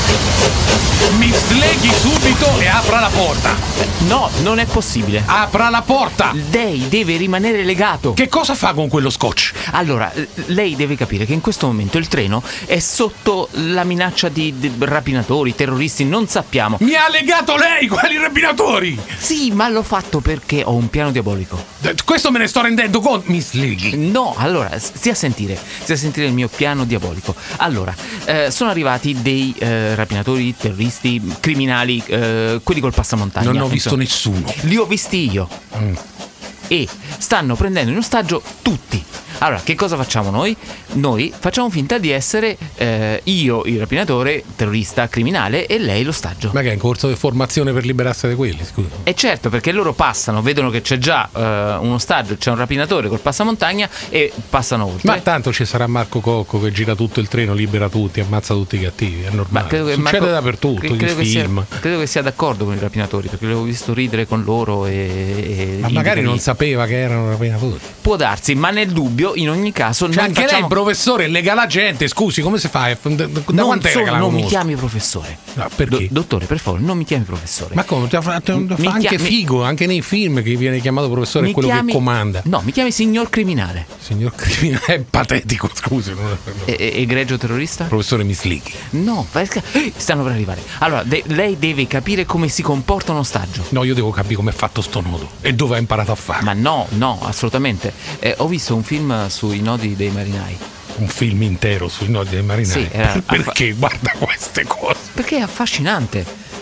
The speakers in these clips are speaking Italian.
Mi sleghi subito e apra la porta. No, non è possibile. Apra la porta. Lei deve rimanere legato. Che cosa fa con quello scotch? Allora, lei deve capire che in questo momento il treno è sotto la minaccia di rapinatori, terroristi, non sappiamo. Mi ha legato lei, quali rapinatori? Sì, ma l'ho fatto perché ho un piano diabolico. Questo me ne sto rendendo conto. Mi sleghi. No, allora, stia a sentire il mio piano diabolico. Allora, sono arrivati dei rapinatori, terroristi, criminali, quelli col passamontagna. Non ho visto nessuno. Li ho visti io. E stanno prendendo in ostaggio tutti. Allora, che cosa facciamo noi? Noi facciamo finta di essere io il rapinatore, terrorista, criminale, e lei l'ostaggio. Ma che è in corso di formazione per liberarsi di quelli, scusa? E certo, perché loro passano, vedono che c'è già un ostaggio, c'è un rapinatore col passamontagna e passano oltre. Ma tanto ci sarà Marco Cocco che gira tutto il treno, libera tutti, ammazza tutti i cattivi, è normale. Succede dappertutto, in film. Credo che sia d'accordo con i rapinatori, perché l'ho visto ridere con loro ma magari non sapeva che erano rapinatori. Può darsi, ma nel dubbio, in ogni caso, cioè, anche lei, professore, lega la gente. Scusi, come si fa? Da quant'è che la non conosco? mi chiami professore. No, perché? Dottore, per favore, non mi chiami professore. Ma come? Fa anche figo, anche nei film che viene chiamato professore è quello che comanda. No, mi chiami signor criminale. Signor criminale è patetico, scusi. Egregio terrorista? Professore Mislighi. No, stanno per arrivare. Allora, lei deve capire come si comporta un ostaggio. No, io devo capire come è fatto sto nodo e dove ha imparato a farlo. Ma no, assolutamente. Ho visto un film sui nodi dei marinai. Un film intero sui nodi dei marinai? Sì, perché guarda queste cose? Perché è affascinante.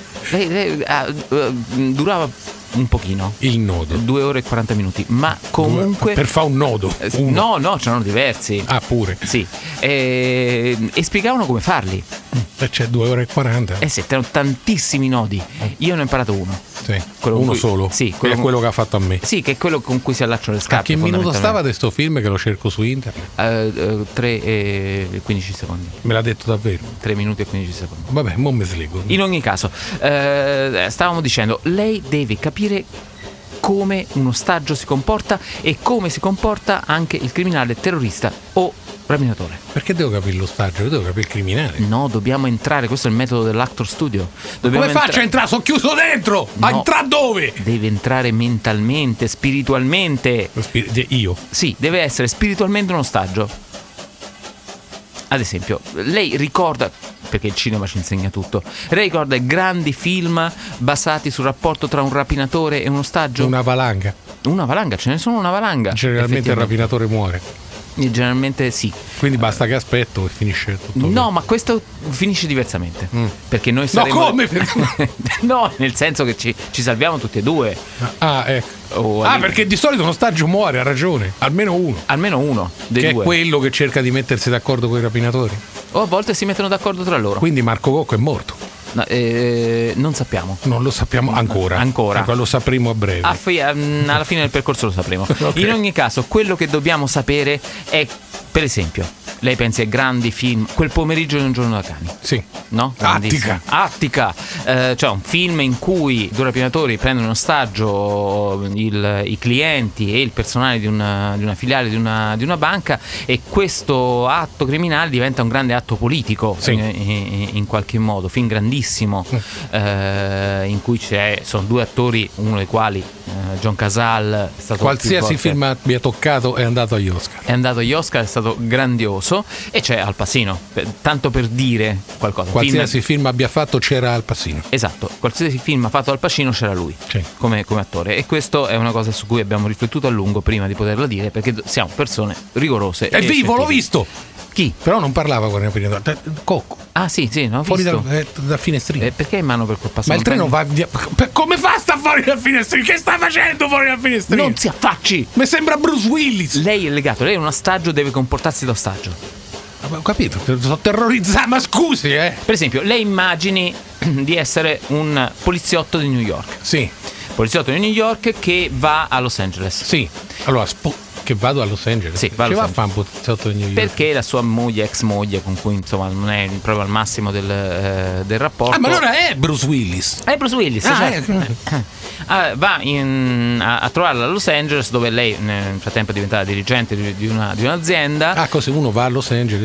Durava un pochino. Il nodo 2 ore e 40 minuti. Ma comunque per fare un nodo? No, c'erano diversi. Ah, pure? Sì. E spiegavano come farli. C'è 2 ore e 40. Sì, c'erano tantissimi nodi. Io ne ho imparato uno. Sì, uno solo? Sì, che è quello che ha fatto a me. Sì, che è quello con cui si allacciano le scarpe. A che minuto stava di sto film che lo cerco su internet? 3 e 15 secondi. Me l'ha detto davvero? 3 minuti e 15 secondi. Vabbè, mo mi slego. In ogni caso, stavamo dicendo, lei deve capire come un ostaggio si comporta e come si comporta anche il criminale, terrorista o rapinatore. Perché devo capire l'ostaggio? Io devo capire il criminale. No, dobbiamo entrare, questo è il metodo dell'Actor Studio. Come faccio a entrare? Sono chiuso dentro! No, a entrare dove? Deve entrare mentalmente, spiritualmente. Io? Sì, deve essere spiritualmente un ostaggio. Ad esempio, lei ricorda, perché il cinema ci insegna tutto, lei ricorda grandi film basati sul rapporto tra un rapinatore e un ostaggio? Una valanga. Una valanga, ce ne sono una valanga. Generalmente il rapinatore muore. Generalmente sì. Quindi basta che aspetto e finisce tutto. No, ma questo finisce diversamente. Perché noi saremo... No, come? No, nel senso che ci salviamo tutti e due. Ah, ecco. Perché di solito uno ostaggio muore, ha ragione. Almeno uno. Almeno uno dei che due. È quello che cerca di mettersi d'accordo con i rapinatori. O a volte si mettono d'accordo tra loro. Quindi Marco Cocco è morto. No, non sappiamo. Non lo sappiamo ancora. Lo sapremo a breve. Alla fine del percorso lo sapremo. Okay. In ogni caso, quello che dobbiamo sapere è, per esempio, lei pensi ai grandi film, Quel pomeriggio di un giorno da cani. Sì. No? Attica. Cioè un film in cui due rapinatori prendono in ostaggio i clienti e il personale di una filiale di una banca, e questo atto criminale diventa un grande atto politico. Sì. In qualche modo. Film grandissimo. In cui sono due attori, uno dei quali John Cazale è stato qualsiasi film abbia toccato è andato agli Oscar, è stato grandioso, e c'è Al Pacino, tanto per dire qualcosa. Qualsiasi film abbia fatto c'era Al Pacino. Esatto, qualsiasi film ha fatto Al Pacino c'era lui, sì, come attore, e questo è una cosa su cui abbiamo riflettuto a lungo prima di poterla dire, perché siamo persone rigorose. È vivo, l'ho visto! Chi? Però non parlava con il rapinatore. Cocco. Ah sì, no, fuori dal finestrino. Perché in mano per quel passaggio? Ma il treno va via. Come fa a sta fuori dal finestrino? Che sta facendo fuori dal finestrino? Non si affacci! Mi sembra Bruce Willis. Lei è legato, lei è un ostaggio, deve comportarsi da ostaggio. Ho capito, sono terrorizzato, ma scusi, Per esempio, lei immagini di essere un poliziotto di New York. Sì. Poliziotto di New York che va a Los Angeles. Sì. Allora, che vado a Los Angeles? Sì, va a fare un poliziotto di New York? Perché la sua ex moglie, con cui insomma non è proprio al massimo del rapporto. Ma allora è Bruce Willis. È Bruce Willis, certo. Va a trovarla a Los Angeles, dove lei nel frattempo è diventata dirigente di un'azienda. Così uno va a Los Angeles.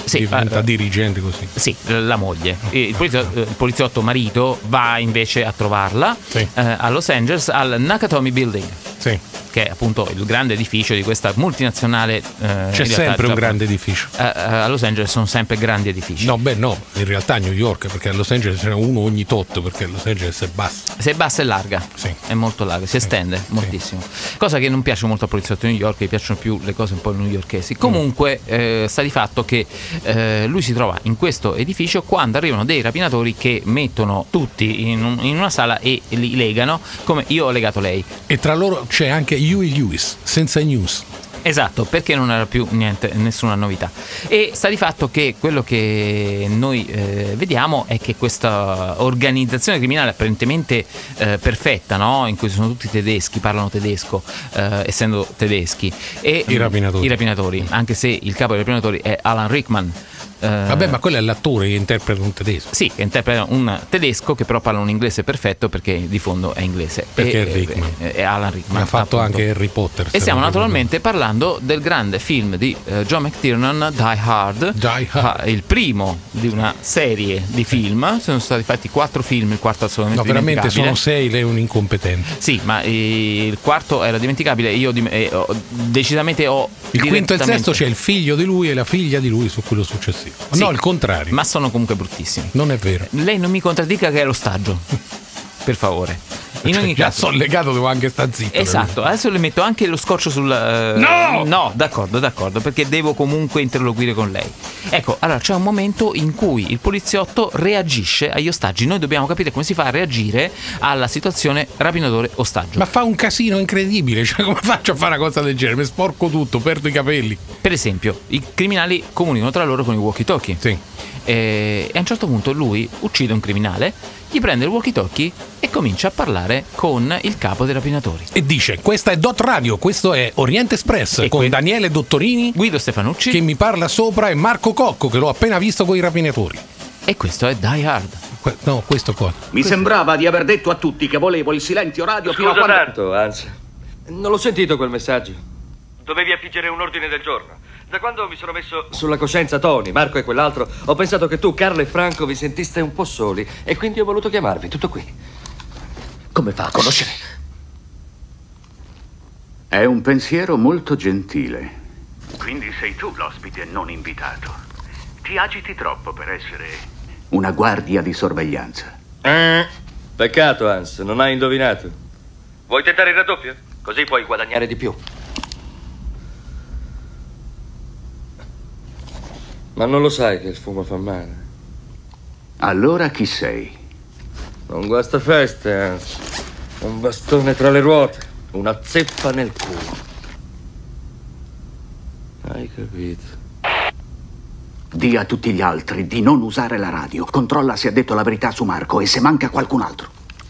diventa dirigente così. Sì, la moglie. Il poliziotto marito va invece a trovarla a Los Angeles al Nakatomi Building. Sì. Che è appunto il grande edificio di questa multinazionale. C'è sempre un grande edificio. A Los Angeles sono sempre grandi edifici. No, in realtà a New York, perché a Los Angeles ce n'è uno ogni tot, perché Los Angeles è bassa. Se è bassa è larga, è molto larga, si estende moltissimo. Cosa che non piace molto al poliziotto di New York, gli piacciono più le cose un po' newyorkesi. Comunque sta di fatto che lui si trova in questo edificio quando arrivano dei rapinatori che mettono tutti in una sala e li legano, come io ho legato lei. E tra loro c'è anche Huey Lewis, senza news. Esatto, perché non era più nessuna novità. E sta di fatto che quello che noi vediamo è che questa organizzazione criminale apparentemente perfetta, no? In cui sono tutti tedeschi, parlano tedesco, essendo tedeschi, e i rapinatori, anche se il capo dei rapinatori è Alan Rickman. Vabbè, ma quello è l'attore che interpreta un tedesco. Sì, che interpreta un tedesco che però parla un inglese perfetto, perché di fondo è inglese. Perché è Rickman. È Alan Rickman. Ha fatto appunto anche Harry Potter. E stiamo naturalmente parlando del grande film di John McTiernan, Die Hard. Il primo di una serie di film. Sono stati fatti 4 film, il quarto assolutamente veramente sono 6, lei è un incompetente. Sì, ma il quarto era dimenticabile. Io decisamente ho il quinto e il sesto c'è il figlio di lui e la figlia di lui su quello successivo. Sì, no, il contrario. Ma sono comunque bruttissimi. Non è vero. Lei non mi contraddica che è l'ostaggio. Per favore. In ogni caso, sono legato, devo anche stare zitto. Esatto, adesso le metto anche lo scotch sul. No, d'accordo, perché devo comunque interloquire con lei. Ecco, allora c'è un momento in cui il poliziotto reagisce agli ostaggi. Noi dobbiamo capire come si fa a reagire alla situazione rapinatore-ostaggio. Ma fa un casino incredibile, cioè come faccio a fare una cosa del genere? Mi sporco tutto, perdo i capelli. Per esempio, i criminali comunicano tra loro con i walkie-talkie. Sì. E a un certo punto lui uccide un criminale, gli prende il walkie-talkie e comincia a parlare con il capo dei rapinatori. E dice: questa è Dot Radio, questo è Oriente Espress, e con Daniele Dottorini, Guido Stefanucci, che mi parla sopra, e Marco Cocco, che l'ho appena visto con i rapinatori. E questo è Die Hard. No, questo qua. Sembrava di aver detto a tutti che volevo il silenzio radio. Scusa, fino a quando... tanto, Hans. Non l'ho sentito quel messaggio. Dovevi affiggere un ordine del giorno. Da quando mi sono messo sulla coscienza Tony, Marco e quell'altro, ho pensato che tu, Carlo e Franco vi sentiste un po' soli e quindi ho voluto chiamarvi, tutto qui. Come fa a conoscere? È un pensiero molto gentile. Quindi sei tu l'ospite non invitato. Ti agiti troppo per essere una guardia di sorveglianza. Peccato, Hans, non hai indovinato. Vuoi tentare il raddoppio? Così puoi guadagnare di più. Ma non lo sai che il fumo fa male? Allora chi sei? Un guastafeste, Hans. Un bastone tra le ruote. Una zeppa nel culo. Hai capito? Dì a tutti gli altri di non usare la radio. Controlla se ha detto la verità su Marco e se manca qualcun altro.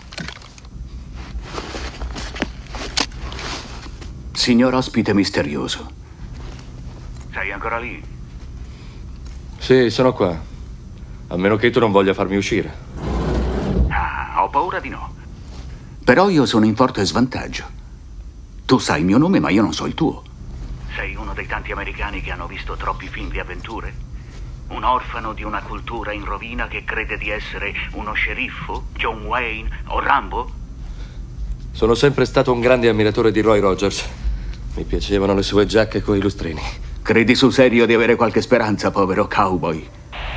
Signor ospite misterioso. Sei ancora lì? Sì, sono qua. A meno che tu non voglia farmi uscire. Ah, ho paura di no. Però io sono in forte svantaggio. Tu sai il mio nome, ma io non so il tuo. Sei uno dei tanti americani che hanno visto troppi film di avventure? Un orfano di una cultura in rovina che crede di essere uno sceriffo, John Wayne o Rambo? Sono sempre stato un grande ammiratore di Roy Rogers. Mi piacevano le sue giacche coi lustrini. Credi sul serio di avere qualche speranza, povero cowboy?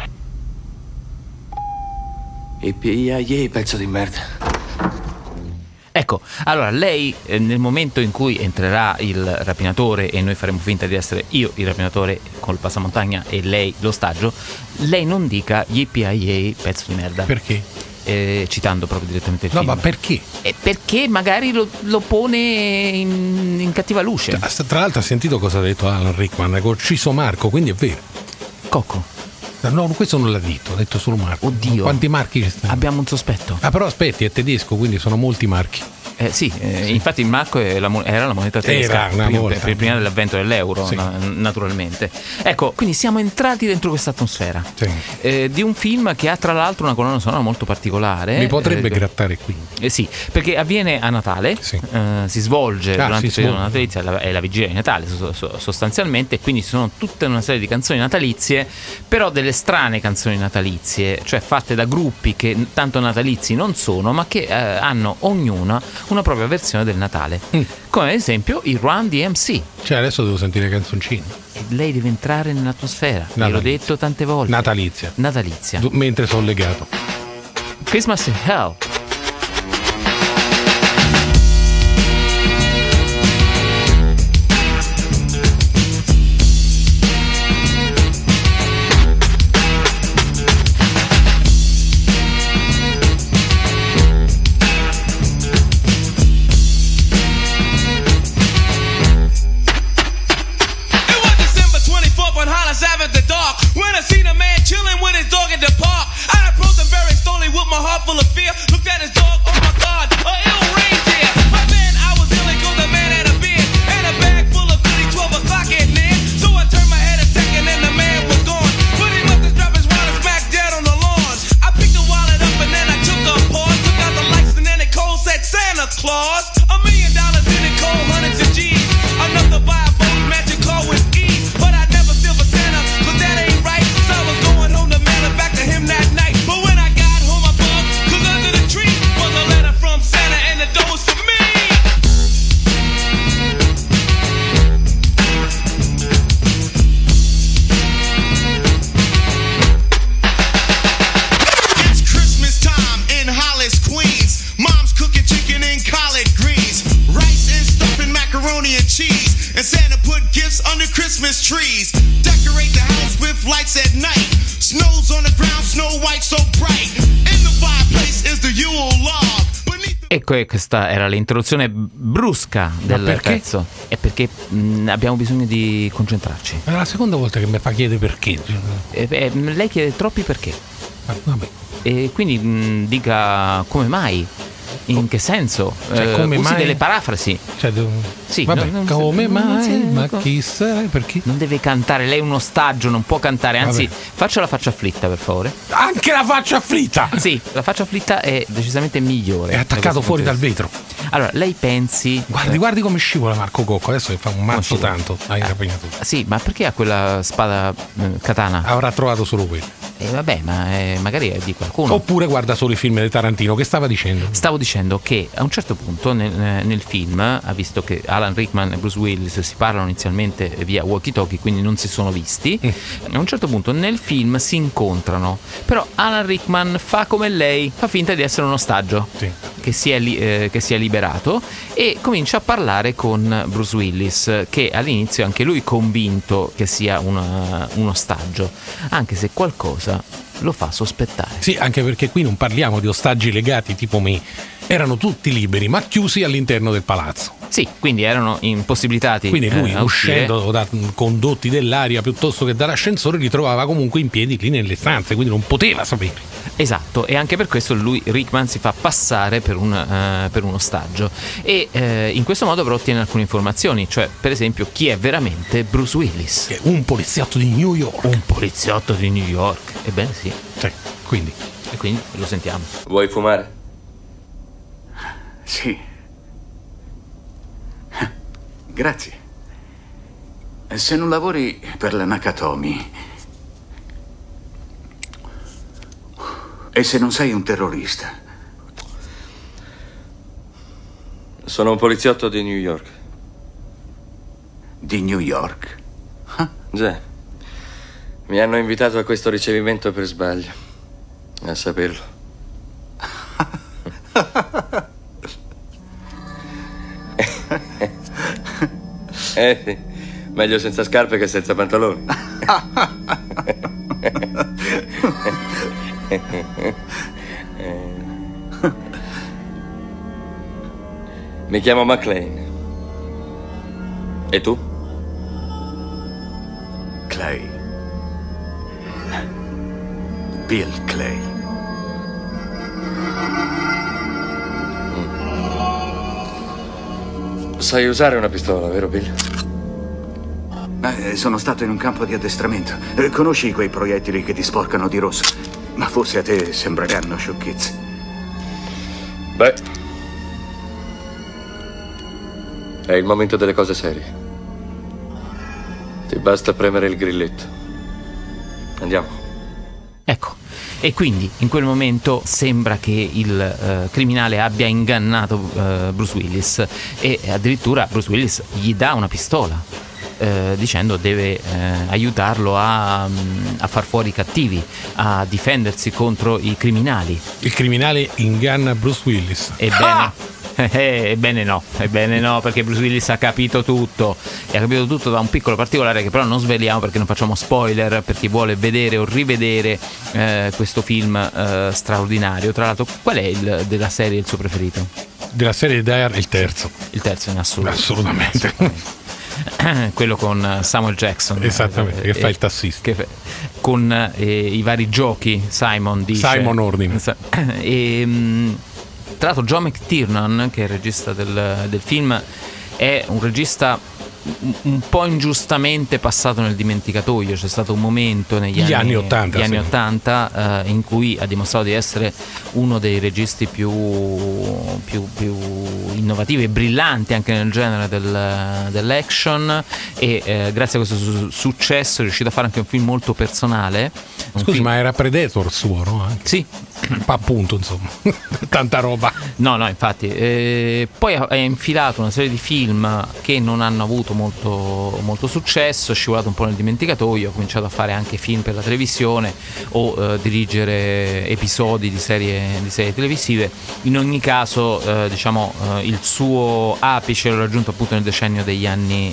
Yippee, pezzo di merda. Ecco, allora lei nel momento in cui entrerà il rapinatore e noi faremo finta di essere io il rapinatore col passamontagna e lei l'ostaggio, lei non dica yippee, pezzo di merda. Perché? Citando proprio direttamente il film. No, ma perché? Perché magari lo pone in cattiva luce. Tra l'altro ha sentito cosa ha detto Alan Rickman, ha ucciso Marco, quindi è vero. Cocco. No, questo non l'ha detto, ha detto solo Marco. Oddio. Quanti marchi ci stanno? Abbiamo un sospetto. Ah, però aspetti, è tedesco, quindi sono molti marchi. Sì, infatti il marco era la moneta tedesca prima dell'avvento dell'euro, sì. Naturalmente. Ecco, quindi siamo entrati dentro questa atmosfera di un film che ha tra l'altro una colonna sonora molto particolare. Mi potrebbe grattare qui. Sì, perché avviene a Natale, sì. Si svolge durante il periodo natalizio, è la vigilia di Natale sostanzialmente, quindi ci sono tutta una serie di canzoni natalizie, però delle strane canzoni natalizie, cioè fatte da gruppi che tanto natalizi non sono, ma che hanno ognuna una propria versione del Natale, come ad esempio il Run DMC. Cioè adesso devo sentire canzoncine. E lei deve entrare nell'atmosfera, l'ho detto tante volte. Natalizia. Mentre sono legato. Christmas in Hell. Full of fear, looked at his dog, oh my God, a ill reindeer. My man, I was illegal, the man had a beard and a bag full of goodies, 12 o'clock at near. So I turned my head a second and the man was gone. But he must have dropped his wallet smack dead on the lawn. I picked the wallet up and then I took a pause, took out the lights and then it cold said Santa Claus. $1 million in it cold, hundreds of G's. Enough to buy a boat, magic car with ease. But I'd never steal for Santa, cause that ain't right. So I was going home to mail it back to him that night. But when I got home, I bugged, cause under the tree was a letter from Santa and the door was for me. It's Christmas time in Hollis, Queens. Mom's cooking chicken and collard greens, rice and stuffing macaroni and cheese, and Santa put gifts under Christmas trees. Decorate the house with lights at night. Snow's on the ground, snow white so bright. In the fireplace is the Yule log. Ecco, questa era l'introduzione brusca del pezzo. È perché abbiamo bisogno di concentrarci. È la seconda volta che mi fa chiedere perché. Lei chiede troppi perché. Vabbè. E quindi dica come mai. In che senso? Cioè, come usi mai? delle parafrasi. Cioè, sì, vabbè, come mai? Ma chissà perché? Non deve cantare, lei è un ostaggio, non può cantare. Anzi, faccia la faccia afflitta, per favore. Anche la faccia afflitta? Sì, la faccia afflitta è decisamente migliore. È attaccato fuori dal vetro. Allora, lei pensi. Guardi come scivola Marco Cocco. Adesso che fa un mazzo tanto hai rapinatura. Sì, ma perché ha quella spada katana? Avrà trovato solo quello. Vabbè, ma magari è di qualcuno. Oppure guarda solo i film di Tarantino. Che stava dicendo? Stavo dicendo che a un certo punto nel film, ha visto che Alan Rickman e Bruce Willis si parlano inizialmente via walkie-talkie, quindi non si sono visti. A un certo punto nel film si incontrano, però Alan Rickman fa come lei, fa finta di essere un ostaggio, sì, che si è liberato, e comincia a parlare con Bruce Willis, che all'inizio è anche lui convinto che sia un ostaggio, anche se qualcosa lo fa sospettare. Sì, anche perché qui non parliamo di ostaggi legati tipo me. Erano tutti liberi, ma chiusi all'interno del palazzo. Sì, quindi erano impossibilitati. Quindi lui, uscendo da condotti dell'aria piuttosto che dall'ascensore, li trovava comunque in piedi lì nelle stanze, quindi non poteva sapere. Esatto, e anche per questo Rickman si fa passare per un ostaggio. E in questo modo però ottiene alcune informazioni, cioè per esempio chi è veramente Bruce Willis. È un poliziotto di New York. Un poliziotto di New York. Ebbene sì. Sì, quindi. E quindi lo sentiamo. Vuoi fumare? Sì. Grazie. Se non lavori per la Nakatomi e se non sei un terrorista. Sono un poliziotto di New York. Di New York? Già. Mi hanno invitato a questo ricevimento per sbaglio. A saperlo. Sì, meglio senza scarpe che senza pantaloni. Mi chiamo McLean. E tu? Clay. Bill Clay. sai usare una pistola, vero Bill? Sono stato in un campo di addestramento. Conosci quei proiettili che ti sporcano di rosso? Ma forse a te sembreranno sciocchezze. Beh, è il momento delle cose serie. Ti basta premere il grilletto. Andiamo. Ecco, e quindi in quel momento sembra che il criminale abbia ingannato Bruce Willis e addirittura Bruce Willis gli dà una pistola. Dicendo deve aiutarlo a far fuori i cattivi, a difendersi contro i criminali. Il criminale inganna Bruce Willis. Ebbene no, perché Bruce Willis ha capito tutto, e ha capito tutto da un piccolo particolare che però non sveliamo perché non facciamo spoiler per chi vuole vedere o rivedere questo film straordinario. Tra l'altro, qual è della serie il suo preferito? Della serie Die Hard, il terzo in assoluto. Assolutamente. Quello con Samuel Jackson, esattamente, che fa il tassista, con i vari giochi. Simon Ordine. Tra l'altro John McTiernan, che è il regista del film, è un regista un po' ingiustamente passato nel dimenticatoio. C'è stato un momento negli anni 80 in cui ha dimostrato di essere uno dei registi più innovativi e brillanti anche nel genere dell'action, e grazie a questo successo è riuscito a fare anche un film molto personale. Scusi, ma era Predator suo, no? Anche. Sì. Appunto, insomma, tanta roba. No, infatti. Poi ha infilato una serie di film che non hanno avuto molto successo, è scivolato un po' nel dimenticatoio, ha cominciato a fare anche film per la televisione o dirigere episodi di serie televisive. In ogni caso, il suo apice l'ha raggiunto appunto nel decennio degli anni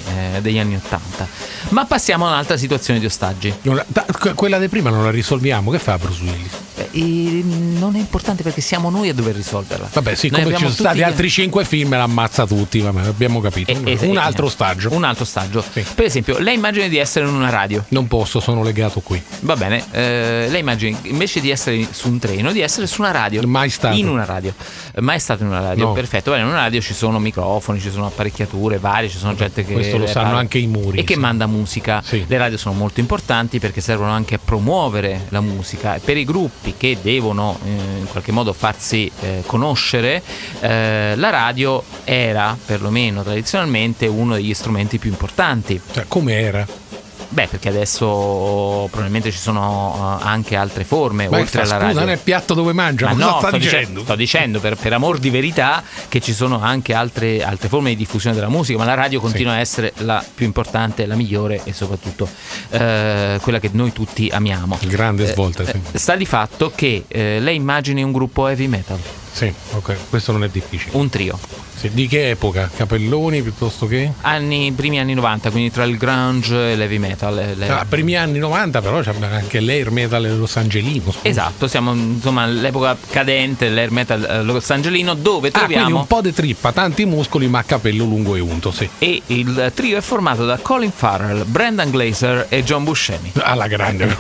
80. Ma passiamo a un'altra situazione di ostaggi. Quella di prima non la risolviamo, che fa Bruce Willis? Non è importante perché siamo noi a dover risolverla. Vabbè, sì, come ci sono stati altri 5 film e l'ammazza tutti, vabbè, abbiamo capito. Un altro ostaggio. Sì. Per esempio, lei immagina di essere in una radio. Non posso, sono legato qui. Va bene, lei immagina invece di essere su un treno, di essere su una radio. Mai stato. In una radio. Mai stato in una radio? No. Perfetto. Bene, in una radio ci sono microfoni, ci sono apparecchiature varie, ci sono gente che... Questo lo sanno anche i muri. E che manda musica. Sì. Le radio sono molto importanti perché servono anche a promuovere la musica, e per i gruppi che devono in qualche modo farsi conoscere, la radio era, perlomeno tradizionalmente, uno degli strumenti più importanti. Cioè, come era? Beh, perché adesso probabilmente ci sono anche altre forme, ma oltre alla radio. Non è il piatto dove mangia, ma no, sto dicendo? Sto dicendo per amor di verità che ci sono anche altre forme di diffusione della musica, ma la radio continua a essere la più importante, la migliore e soprattutto quella che noi tutti amiamo. Grande svolta, sì. Sta di fatto che lei immagini un gruppo heavy metal. Sì, ok, questo non è difficile. Un trio. Sì, di che epoca? Capelloni piuttosto che? Primi anni 90, quindi tra il grunge e l'heavy metal. Primi anni 90 però c'è anche l'air metal Los Angelino. Scusa. Esatto, siamo insomma all'epoca cadente dell'air metal Los Angelino, dove troviamo quindi un po' di trippa, tanti muscoli ma capello lungo e unto, sì. E il trio è formato da Colin Farrell, Brendan Gleiser e John Buscemi. Alla grande.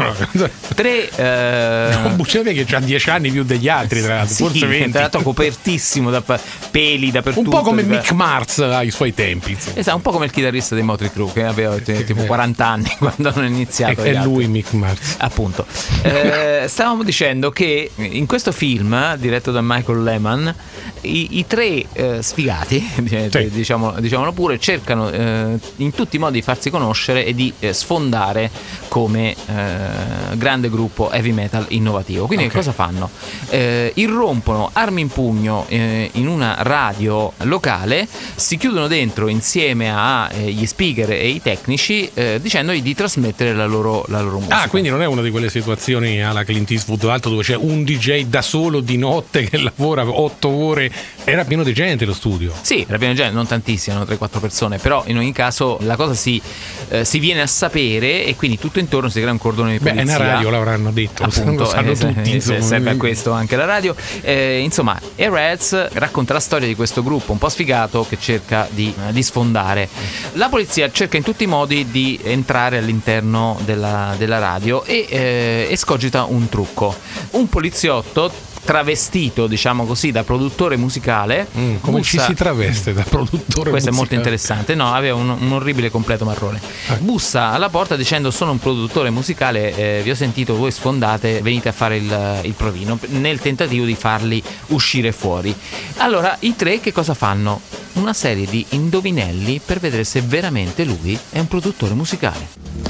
John Buscemi che ha 10 anni più degli altri, tra l'altro, forse 20. Tra l'altro copertissimo da peli dappertutto. Un po' come Mick Mars ai suoi tempi. Esatto, un po' come il chitarrista dei Motley Crue, che aveva tipo 40 anni quando hanno iniziato. È lui Mick Mars. Appunto. Stavamo dicendo che in questo film, diretto da Michael Lehman, i tre sfigati, diciamolo pure, cercano in tutti i modi di farsi conoscere e di sfondare come grande gruppo heavy metal innovativo. Quindi cosa fanno? Irrompono armi in pugno in una radio locale, si chiudono dentro insieme agli speaker e i tecnici, dicendogli di trasmettere la loro musica. Quindi non è una di quelle situazioni alla Clint Eastwood alto dove c'è un DJ da solo di notte che lavora 8 ore. Era pieno di gente lo studio. Sì, era pieno di gente, non tantissime, erano 3-4 persone, però in ogni caso la cosa si viene a sapere e quindi tutto intorno si crea un cordone di polizia. Beh, è una radio, l'avranno detto. Appunto, lo sanno tutti. Serve a questo anche la radio. Insomma, Eretz racconta la storia di questo gruppo un po' sfigato che cerca di sfondare. La polizia cerca in tutti i modi di entrare all'interno della radio e escogita un trucco. Un poliziotto travestito, diciamo così, da produttore musicale. Come ci si traveste da produttore Questo musicale? È molto interessante. No, aveva un orribile completo marrone. Bussa alla porta dicendo: sono un produttore musicale, vi ho sentito, voi sfondate, venite a fare il provino, nel tentativo di farli uscire fuori. Allora i tre che cosa fanno? Una serie di indovinelli per vedere se veramente lui è un produttore musicale.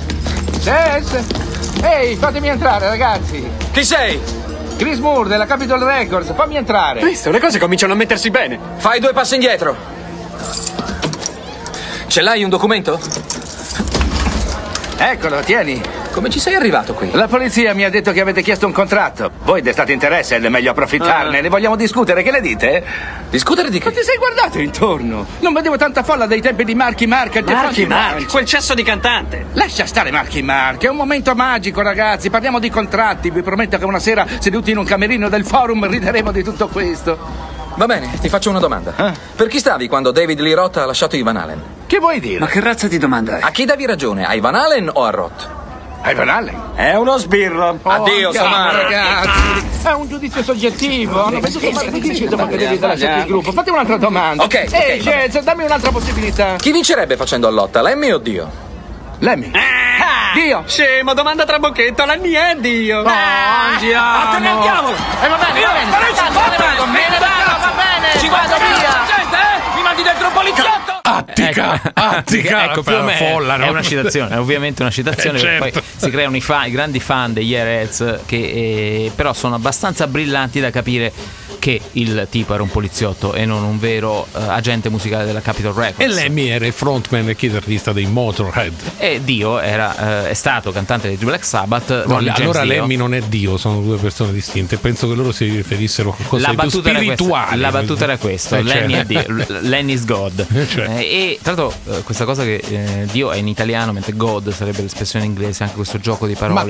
Ehi, fatemi entrare, ragazzi. Chi sei? Chris Moore della Capitol Records, fammi entrare. Visto, le cose cominciano a mettersi bene. Fai 2 passi indietro. Ce l'hai un documento? Eccolo, tieni. Come ci sei arrivato qui? La polizia mi ha detto che avete chiesto un contratto. Voi destate interesse ed è meglio approfittarne. Ne vogliamo discutere, che ne dite? Discutere di che? Ma ti sei guardato intorno? Non vedevo tanta folla dei tempi di Marky Mark e Marky Mark, quel cesso di cantante. Lascia stare Marky Mark, è un momento magico, ragazzi. Parliamo di contratti. Vi prometto che una sera, seduti in un camerino del forum, rideremo di tutto questo. Va bene, ti faccio una domanda. Per chi stavi quando David Lee Roth ha lasciato i Van Halen? Che vuoi dire? Ma che razza di domanda è? A chi davi ragione, ai Van Halen o a Roth? Ai Van Halen? È uno sbirro. Addio, Samara. Ragazzi, è un giudizio soggettivo. Hanno veduto male di decidono che devi lasciare il gruppo. Fate un'altra domanda. Ok. Ehi, Jazz, dammi un'altra possibilità. Chi vincerebbe facendo a lotta, Lemmy o Dio? Lemmy. Dio. Scemo, domanda trabocchetto, Lemmy è Dio. Andiamo. Vattene al diavolo. Va bene. Va bene. Ci vado via. Gente, mi mandi dentro un poliziotto. Attica, ecco, più o meno folla, no? È una citazione, è ovviamente una citazione, certo. Poi si creano i grandi fan degli Airheads che però sono abbastanza brillanti da capire che il tipo era un poliziotto e non un vero agente musicale della Capitol Records. E Lemmy era il frontman e chitarrista dei Motorhead. E Dio è stato cantante di Black Sabbath. No, allora Lemmy non è Dio, sono due persone distinte. Penso che loro si riferissero a qualcosa di più spirituale. La battuta era questa: Lenny è Dio, Lenny is God. E tra l'altro questa cosa che Dio è in italiano, mentre God sarebbe l'espressione inglese, anche questo gioco di parole.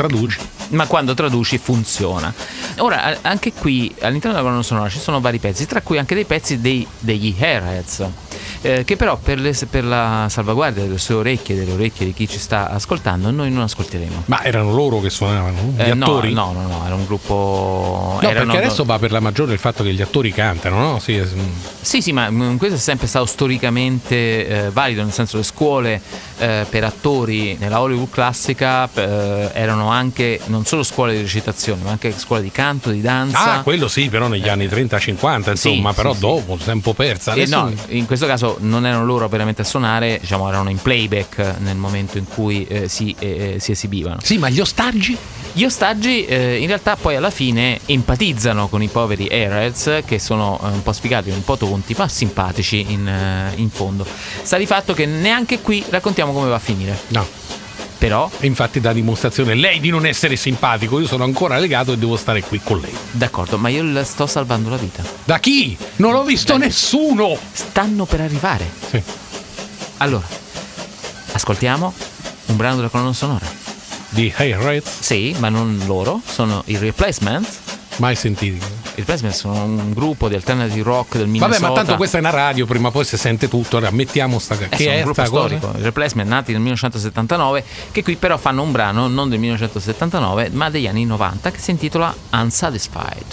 Ma quando traduci funziona. Ora, anche qui all'interno della colonna sonora ci sono vari pezzi, tra cui anche dei pezzi degli Airheads, che però per la salvaguardia delle sue orecchie e delle orecchie di chi ci sta ascoltando noi non ascolteremo. Ma erano loro che suonavano? Gli attori? No, era un gruppo. No, perché adesso va per la maggiore il fatto che gli attori cantano, no? Sì, ma questo è sempre stato storicamente valido, nel senso le scuole per attori nella Hollywood classica erano anche non solo scuole di recitazione, ma anche scuole di canto, di danza. Quello sì, però negli anni 30-50, insomma, sì, però sì, dopo, tempo persa. Adesso... No, in questo caso non erano loro veramente a suonare, diciamo, erano in playback nel momento in cui si esibivano. Sì, ma gli ostaggi? Gli ostaggi in realtà poi alla fine empatizzano con i poveri Airheads, che sono un po' sfigati, un po' tonti, ma simpatici in fondo. Sta di fatto che neanche qui raccontiamo come va a finire. No. Però infatti dà dimostrazione lei di non essere simpatico. Io sono ancora legato e devo stare qui con lei. D'accordo, ma io le sto salvando la vita. Da chi? Non l'ho visto nessuno. Stanno per arrivare. Sì. Allora, ascoltiamo un brano della colonna sonora di Airheads? Sì, ma non loro, sono i Replacements. Mai sentiti? I Replacements sono un gruppo di alternative rock del Minnesota. Vabbè, ma tanto questa è una radio, prima o poi si sente tutto. Ora mettiamo sta che è un gruppo storico. I Replacements nati nel 1979, che qui però fanno un brano non del 1979, ma degli anni 90, che si intitola Unsatisfied.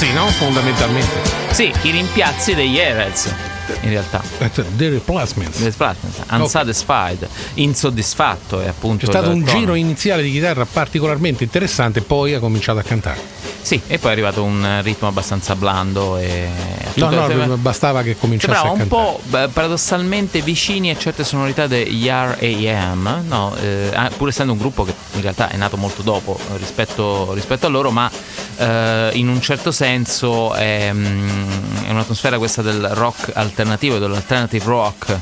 rimpiazzi, no? Fondamentalmente. Sì, i rimpiazzi degli Airheads. In realtà The Replacements, Unsatisfied, insoddisfatto è appunto. c'è stato un giro iniziale di chitarra particolarmente interessante, poi ha cominciato a cantare. Sì, e poi è arrivato un ritmo abbastanza blando e bastava che cominciasse a cantare. Un po' paradossalmente vicini a certe sonorità degli R.A.M., no? Pur essendo un gruppo che in realtà è nato molto dopo rispetto a loro, ma in un certo senso è un'atmosfera questa del rock alternativo, dell'alternative rock.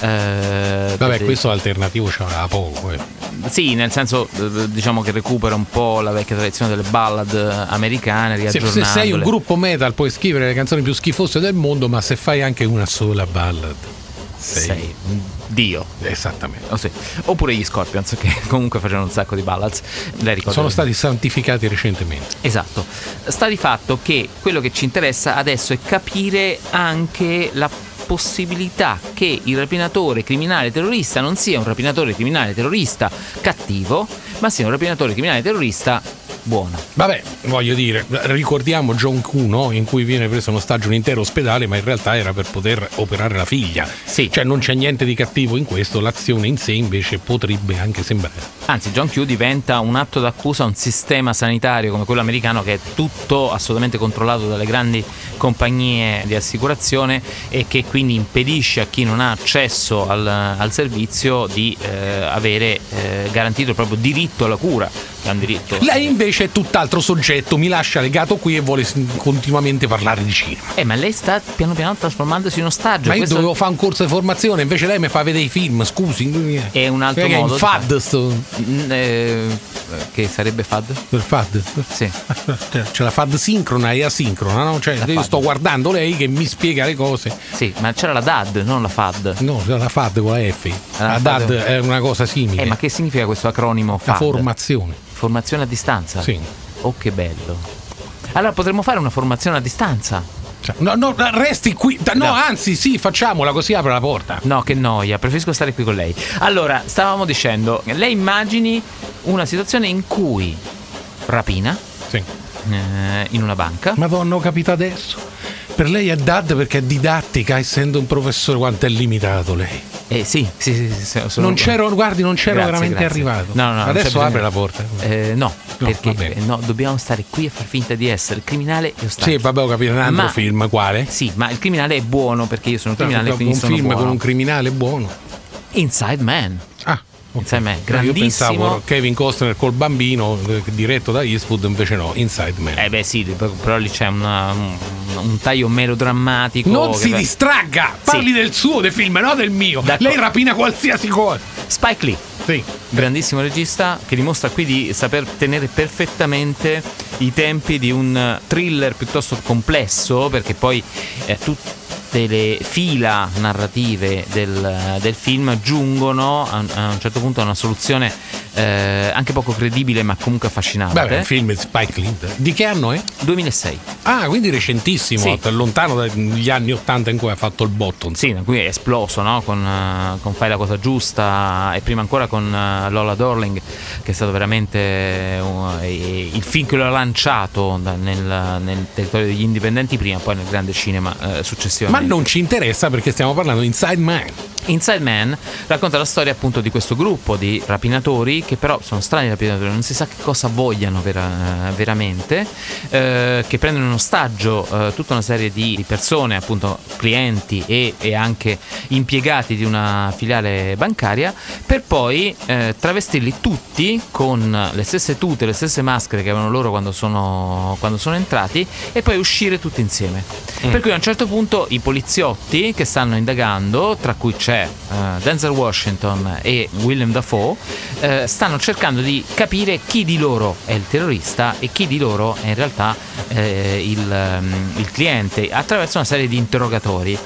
Questo alternativo c'era poco. Sì, nel senso, diciamo che recupera un po' la vecchia tradizione delle ballad americane, riaggiornandole. Se sei un gruppo metal puoi scrivere le canzoni più schifose del mondo, ma se fai anche una sola ballad sei Dio. Esattamente. Oh, sì. Oppure gli Scorpions, che comunque facevano un sacco di ballads. Sono stati santificati recentemente. Esatto. Sta di fatto che quello che ci interessa adesso è capire anche la possibilità che il rapinatore criminale terrorista non sia un rapinatore criminale terrorista cattivo, ma sia un rapinatore criminale terrorista buono. Vabbè, voglio dire, ricordiamo John Q, no? In cui viene preso in ostaggio un intero ospedale, ma in realtà era per poter operare la figlia. Sì. Cioè non c'è niente di cattivo in questo, l'azione in sé invece potrebbe anche sembrare. Anzi, John Q diventa un atto d'accusa a un sistema sanitario come quello americano, che è tutto assolutamente controllato dalle grandi compagnie di assicurazione e che quindi impedisce a chi non ha accesso al servizio di avere garantito il proprio diritto alla cura, che è un diritto. Lei invece è tutt'altro soggetto, mi lascia legato qui e vuole continuamente parlare di cinema. Ma lei sta piano piano trasformandosi in ostaggio. Ma io dovevo fare un corso di formazione, invece lei mi fa vedere i film, scusi. È un altro modo. È FAD che sarebbe FAD? Il FAD? Sì. C'è la FAD sincrona e asincrona, no? Cioè io sto guardando lei che mi spiega le cose. Sì, ma c'era la DAD, non la FAD. No, c'era la FAD con la F. La DAD è una cosa simile. Ma che significa questo acronimo FAD? La formazione. Formazione a distanza? Sì. Oh, che bello. Allora potremmo fare una formazione a distanza. No, resti qui. No, anzi, sì, facciamola così apre la porta. No, che noia, preferisco stare qui con lei. Allora, stavamo dicendo, lei immagini una situazione in cui rapina. Sì. In una banca. Madonna, ho capito adesso. Per lei è DAD perché è didattica, essendo un professore. Quanto è limitato lei. Sì. Non c'ero veramente arrivato. No, adesso apre la porta. No, perché dobbiamo stare qui a far finta di essere criminale e ostaggio. Sì, vabbè, ho capito, un altro film, quale? Sì, ma il criminale è buono perché io sono criminale, quindi sono buono. Un film con un criminale buono. Inside Man. Inside Man, grandissimo. Io pensavo Kevin Costner col bambino, diretto da Eastwood, invece no, Inside Man. Sì, però lì c'è un taglio melodrammatico. Non si distragga! Parli del suo, del film, no del mio. Lei rapina qualsiasi cosa. Spike Lee. Sì. Grandissimo regista che dimostra qui di saper tenere perfettamente i tempi di un thriller piuttosto complesso, perché poi tutte le fila narrative del film giungono a un certo punto a una soluzione anche poco credibile ma comunque affascinante. Beh, il film di Spike Lee di che anno è? 2006. Quindi recentissimo, sì. Lontano dagli anni 80 in cui ha fatto il botto. Sì, qui è esploso, no? Con Fai la cosa giusta e prima ancora con Lola Darling, che è stato veramente il film che lo ha lanciato nel territorio degli indipendenti prima, poi nel grande cinema successivamente. Ma non ci interessa perché stiamo parlando di Inside Man. Inside Man racconta la storia appunto di questo gruppo di rapinatori che però sono strani rapinatori, non si sa che cosa vogliano veramente, che prendono in ostaggio tutta una serie di persone, appunto clienti e anche impiegati di una filiale bancaria, per poi travestirli tutti con le stesse tute, le stesse maschere che avevano loro quando sono entrati, e poi uscire tutti insieme. Per cui a un certo punto i poliziotti che stanno indagando, tra cui c'è Denzel Washington e Willem Dafoe, stanno cercando di capire chi di loro è il terrorista e chi di loro è in realtà il cliente, attraverso una serie di interrogatori.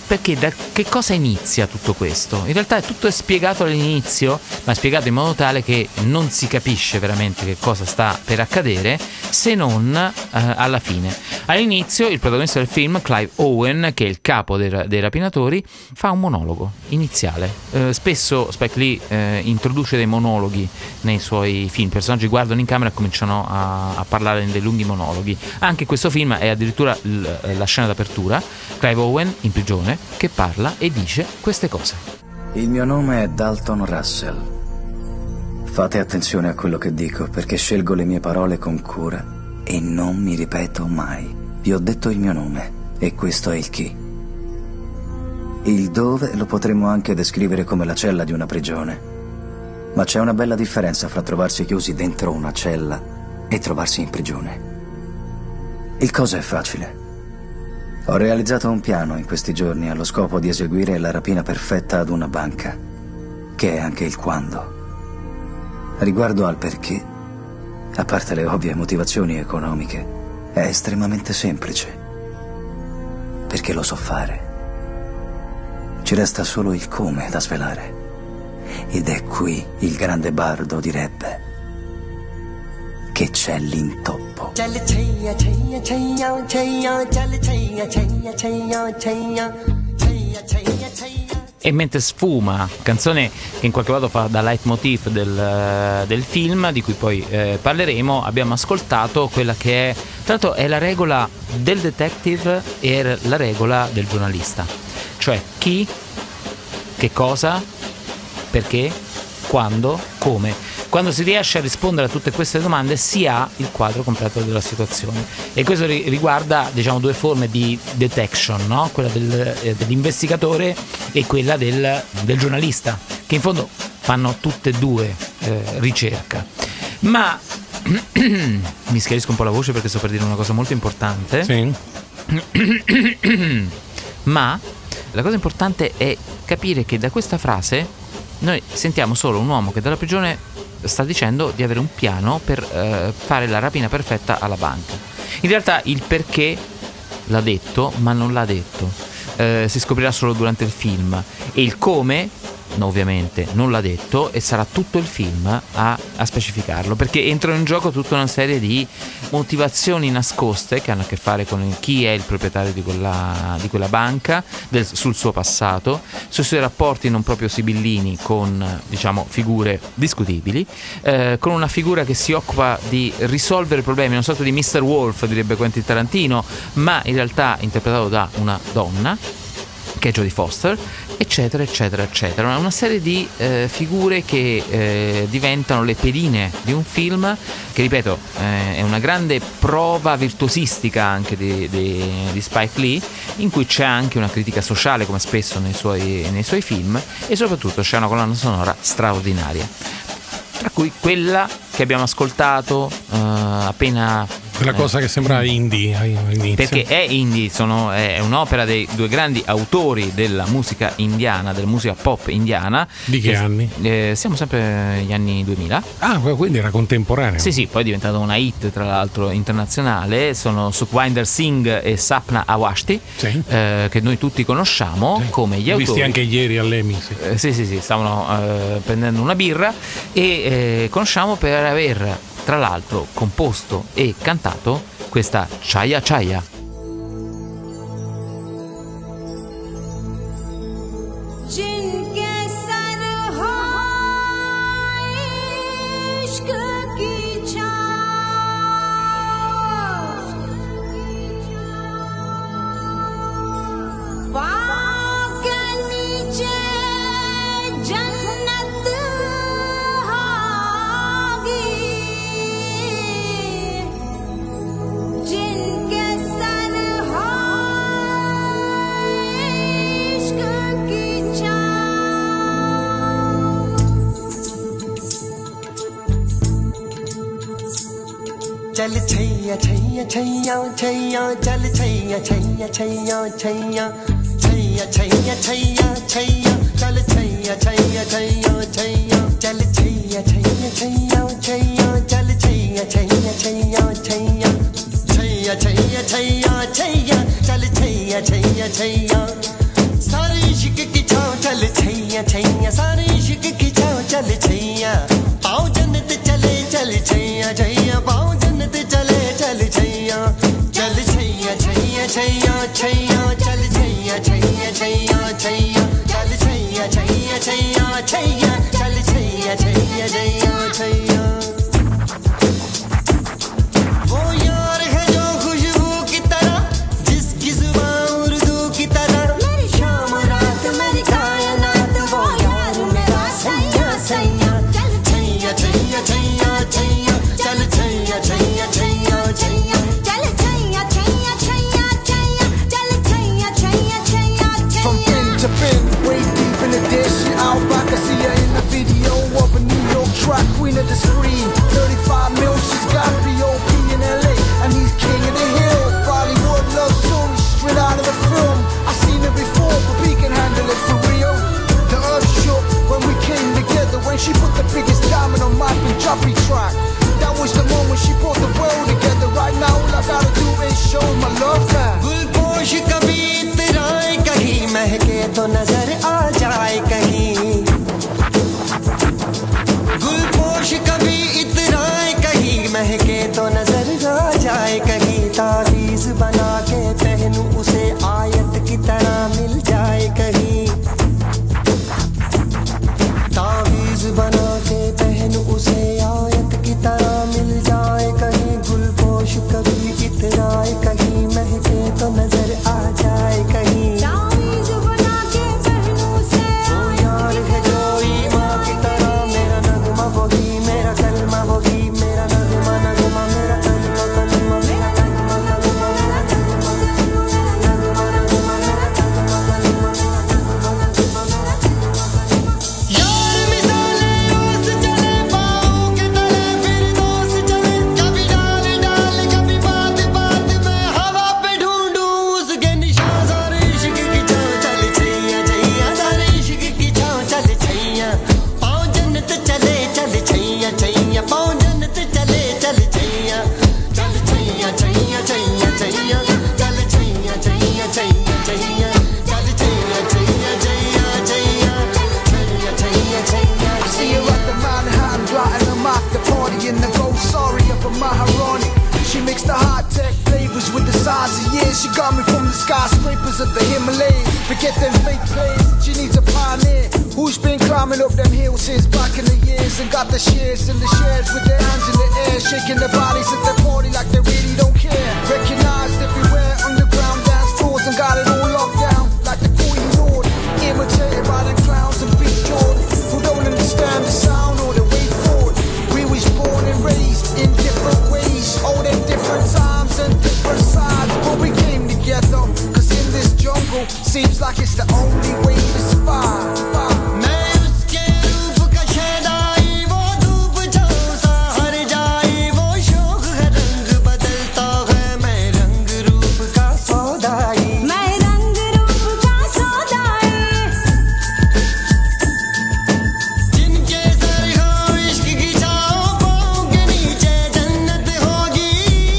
perché da che cosa inizia tutto questo? In realtà tutto è spiegato all'inizio, ma è spiegato in modo tale che non si capisce veramente che cosa sta per accadere se non alla fine. All'inizio il protagonista del film, Clive Owen, che è il capo dei rapinatori, fa un monologo iniziale. Spesso Spike Lee introduce dei monologhi nei suoi film, i personaggi guardano in camera e cominciano a parlare in dei lunghi monologhi. Anche in questo film è addirittura la scena d'apertura, Clive Owen in prigione che parla e dice queste cose. Il mio nome è Dalton Russell. Fate attenzione a quello che dico, perché scelgo le mie parole con cura e non mi ripeto mai. Vi ho detto il mio nome e questo è il chi. Il dove lo potremmo anche descrivere come la cella di una prigione. Ma c'è una bella differenza fra trovarsi chiusi dentro una cella e trovarsi in prigione. Il cosa è facile. Ho realizzato un piano in questi giorni allo scopo di eseguire la rapina perfetta ad una banca, che è anche il quando. Riguardo al perché, a parte le ovvie motivazioni economiche, è estremamente semplice. Perché lo so fare. Ci resta solo il come da svelare. Ed è qui il grande bardo direbbe che c'è l'intoppo. E mentre sfuma, canzone che in qualche modo fa da leitmotiv del film, di cui poi parleremo, abbiamo ascoltato quella che è, tra l'altro è la regola del detective e la regola del giornalista, cioè chi, che cosa, perché, quando, come. Quando si riesce a rispondere a tutte queste domande si ha il quadro completo della situazione, e questo riguarda, diciamo, due forme di detection, no? Quella dell'investigatore e quella del giornalista, che in fondo fanno tutte e due ricerca. Ma mi schiarisco un po' la voce perché sto per dire una cosa molto importante. Sì. Ma la cosa importante è capire che da questa frase noi sentiamo solo un uomo che dalla prigione sta dicendo di avere un piano per fare la rapina perfetta alla banca. In realtà il perché l'ha detto, ma non l'ha detto. Si scoprirà solo durante il film. E il come, no, ovviamente, non l'ha detto, e sarà tutto il film a specificarlo, perché entrano in gioco tutta una serie di motivazioni nascoste che hanno a che fare con chi è il proprietario di quella banca, sul suo passato, sui suoi rapporti non proprio sibillini con, diciamo, figure discutibili, con una figura che si occupa di risolvere problemi, una sorta di Mr. Wolf, direbbe Quentin Tarantino, ma in realtà interpretato da una donna, che è Jodie Foster, eccetera eccetera eccetera. Una serie di figure che diventano le pedine di un film che, ripeto, è una grande prova virtuosistica anche di Spike Lee, in cui c'è anche una critica sociale, come spesso nei suoi film, e soprattutto c'è una colonna sonora straordinaria, tra cui quella che abbiamo ascoltato appena. Quella cosa che sembra indie all'inizio. Perché è indie, è un'opera dei due grandi autori della musica indiana, della musica pop indiana. Di che anni? Siamo sempre negli anni 2000. Ah, quindi era contemporaneo. Sì, poi è diventata una hit, tra l'altro, internazionale. Sono Sukhwinder Singh e Sapna Awashti, sì, che noi tutti conosciamo, sì, come gli autori. Visti anche ieri all'Emmy. Sì, stavano prendendo una birra, e conosciamo per aver, tra l'altro, composto e cantato questa Chaya Chaya. चल छैया छैया छैया छैया चल छैया छैया छैया छैया छैया छैया छैया छैया चल छैया छैया छैया छैया चल छैया छैया छैया छैया चल छैया छैया छैया छैया छैया छैया छैया छैया चल छैया छैया छैया छैया छैया सारे इश्क की छाव चल छैया पाँव जन्नत चले चल छैया छैया पाँव जन्नत चले चल छैया चल छैया छैया छैया छैया चल छैया छैया छैया छैया चल छैया छैया छैया छैया चल छैया छैया छैया छैया वो यार है जो खुशबू की तरह जिसकी जुबान उर्दू की तरह मेरी शाम रात मेरी कायनात वो यार मेरा सैया सैया चल छैया छैया छैया छैया चल छैया छैया छैया छैया चल छैया छैया छैया छैया चल छैया छैया छैया from bin to bin way deep in the dish out back I see her in the video of a New York track queen of the screen 35 mil she's got B.O.P. in LA and he's king of the hill Bollywood love story straight out of the film I've seen it before but we can handle it for real the earth shook when we came together when she put the biggest diamond on my Punjabi track that was the moment she brought the world together right now all I gotta do is show my love back गुलपोश कभी इतराए कहीं महके तो नजर आ जाए कहीं गुलपोश कभी इतराए कहीं महके तो नजर आ जाए कहीं तावीज बना के पहनूं उसे आयत की तरह मिल जाए कहीं तावीज बना के पहनूं उसे आयत की तरह मिल जाए कहीं गुलपोश कभी इतराए कहीं महके तो नजर आ जाए कहीं तावीज बना के पहनूं उसे वो यार है जो ईमान की तरह मेरा नगमा वही मेरा कलमा वही मेरा नगमा नगमा मेरा कलमा कलमा मेरा कलमा कलमा मेरा कलमा नगमा नगमा मेरा कलमा कलमा यार मिसाले रोज चले पाँव के तले फिर दोस्त चले कभी डाल डाल कभी बात बात में हवा पे ढूंढूं उसके निशान सारे इश्क की छाँव चल छैया छैया सारे इश्क की छाँव चल छैया पाँव जन्नत चले चल छैया छैया पाँव जन्नत चले चल छैया चल छैया छैया छैया छैया चल छैया छैया छैया छैया चल छैया छैया छैया छैया छैया छैया छैया I see her at the Manhattan, Platinum after party in the gold sorry up a Maharani. She mixed the hot tech flavors with the size of years. She got me from the skyscrapers of the Himalayas. Forget them fake plays, she needs a pioneer who's been climbing up them hills since back in the years and got the shares and the shares with their hands in the air, shaking their bodies at the party like they really don't care. Recognized everywhere, underground dance floors and got it all locked down like the Queen Lord. Imitated by the clowns and Big Jordan who don't understand the sound or the way forward. We was born and raised in different ways, all them different times and different sides, but we came together, cause in this jungle seems like it's the only way to survive. मैं उसके रूप का शहनाई वो धूप छाँव सा हर जाए वो शौक है रंग बदलता है मैं रंग रूप का सौदाई मैं रंग रूप का सौदाई जिनके सर हो इश्क की छाँव पाँव के नीचे जन्नत होगी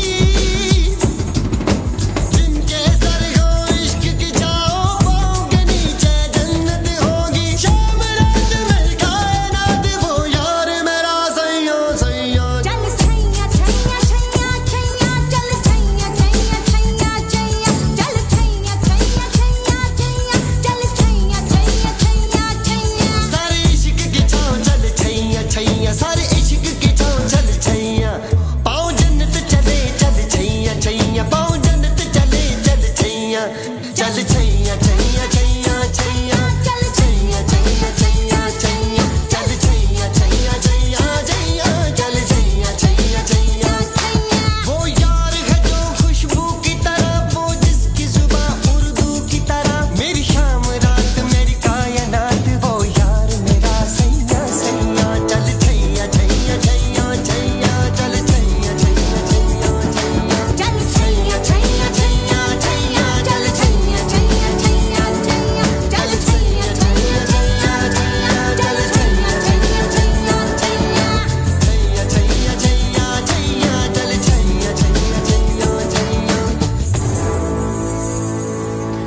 जिनके सर हो इश्क की छाँव पाँव के नीचे जन्नत होगी शाम रात में कायनात वो यार मेरा सैया सैया चल छैया छैया छैया छैया चल छैया छैया छैया छैया चल छैया छैया छैया छैया चल छैया छैया छैया छैया सारे इश्क की छाँव चल छैया छैया सारे इश्क की छाँव चल छैया पाँव जन्नत चले चल छैया छैया पाँव जन्नत चले चल छैया चल छैया छैया छैया छैया चल छैया छैया छैया छैया चल छैया छैया छैया छैया चल छैया छैया छैया वो यार है जो खुशबू की तरह वो जिसकी जुबान उर्दू की तरह मेरी शाम रात मेरी कायनात वो यार मेरा सैया सैया चल छैया छैया छैया छैया चल छैया छैया छैया छैया चल छैया छैया छैया छैया चल छैया छैया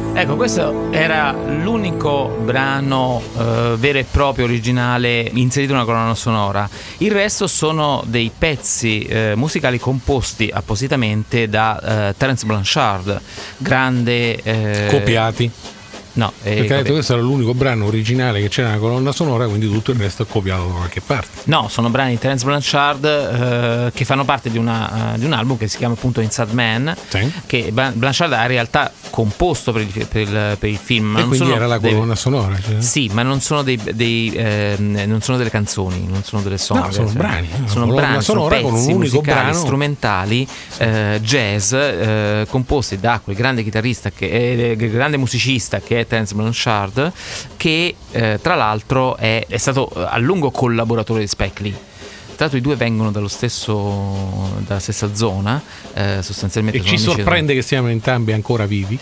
Ecco, questo era l'unico brano vero e proprio originale inserito in una colonna sonora. Il resto sono dei pezzi musicali composti appositamente da Terence Blanchard, grande copiati. No, perché ha detto questo era l'unico brano originale che c'era nella colonna sonora, quindi tutto il resto è copiato da qualche parte. No, sono brani di Terence Blanchard che fanno parte di un album che si chiama appunto Inside Man, sì, che Blanchard ha in realtà composto per il film. Ma e quindi era la colonna sonora, cioè. Sì, ma non sono non sono delle canzoni, non sono delle song. No, sono brani. Sono brani, sono pezzi con un unico brano strumentali, sì, jazz, composti da quel grande chitarrista grande musicista che è Terence Blanchard, che tra l'altro è stato a lungo collaboratore di Spike Lee. Tra l'altro i due vengono dalla stessa zona, sostanzialmente. E ci sorprende che siano entrambi ancora vivi.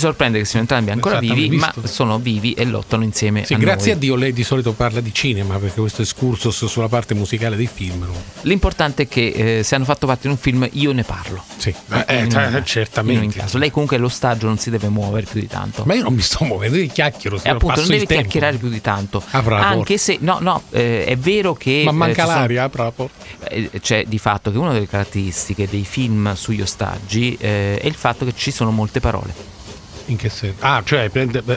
Ma sono vivi e lottano insieme. Sì, grazie a Dio lei di solito parla di cinema, perché questo excursus sulla parte musicale dei film. L'importante è che se hanno fatto parte di un film io ne parlo. Sì, certamente. In caso. Lei comunque l'ostaggio non si deve muovere più di tanto. Ma io non mi sto muovendo, io chiacchiero. E appunto non devi chiacchierare più di tanto. Anche se è vero che ma manca l'aria c'è di fatto che una delle caratteristiche dei film sugli ostaggi è il fatto che ci sono molte parole. In che senso? Cioè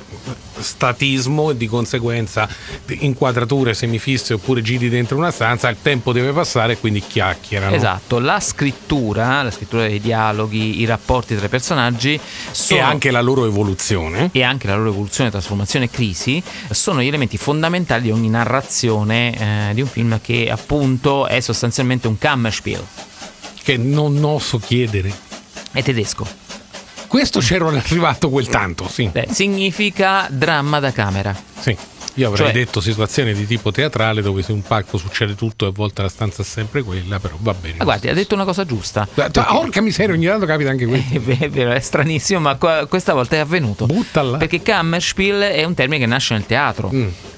statismo e di conseguenza inquadrature semifisse oppure giri dentro una stanza, il tempo deve passare e quindi chiacchierano. Esatto, la scrittura dei dialoghi, i rapporti tra i personaggi e anche la loro evoluzione, trasformazione e crisi sono gli elementi fondamentali di ogni narrazione di un film che appunto è sostanzialmente un Kammerspiel. Che non oso chiedere. È tedesco. Questo c'ero arrivato quel tanto, sì. Significa dramma da camera. Sì, io avrei detto situazione di tipo teatrale dove su un palco succede tutto e a volte la stanza è sempre quella, però va bene. Ma guardi, ha detto una cosa giusta. Porca miseria, ogni tanto capita anche questo. È vero, è stranissimo, ma questa volta è avvenuto. Buttala. Perché Kammerspiel è un termine che nasce nel teatro.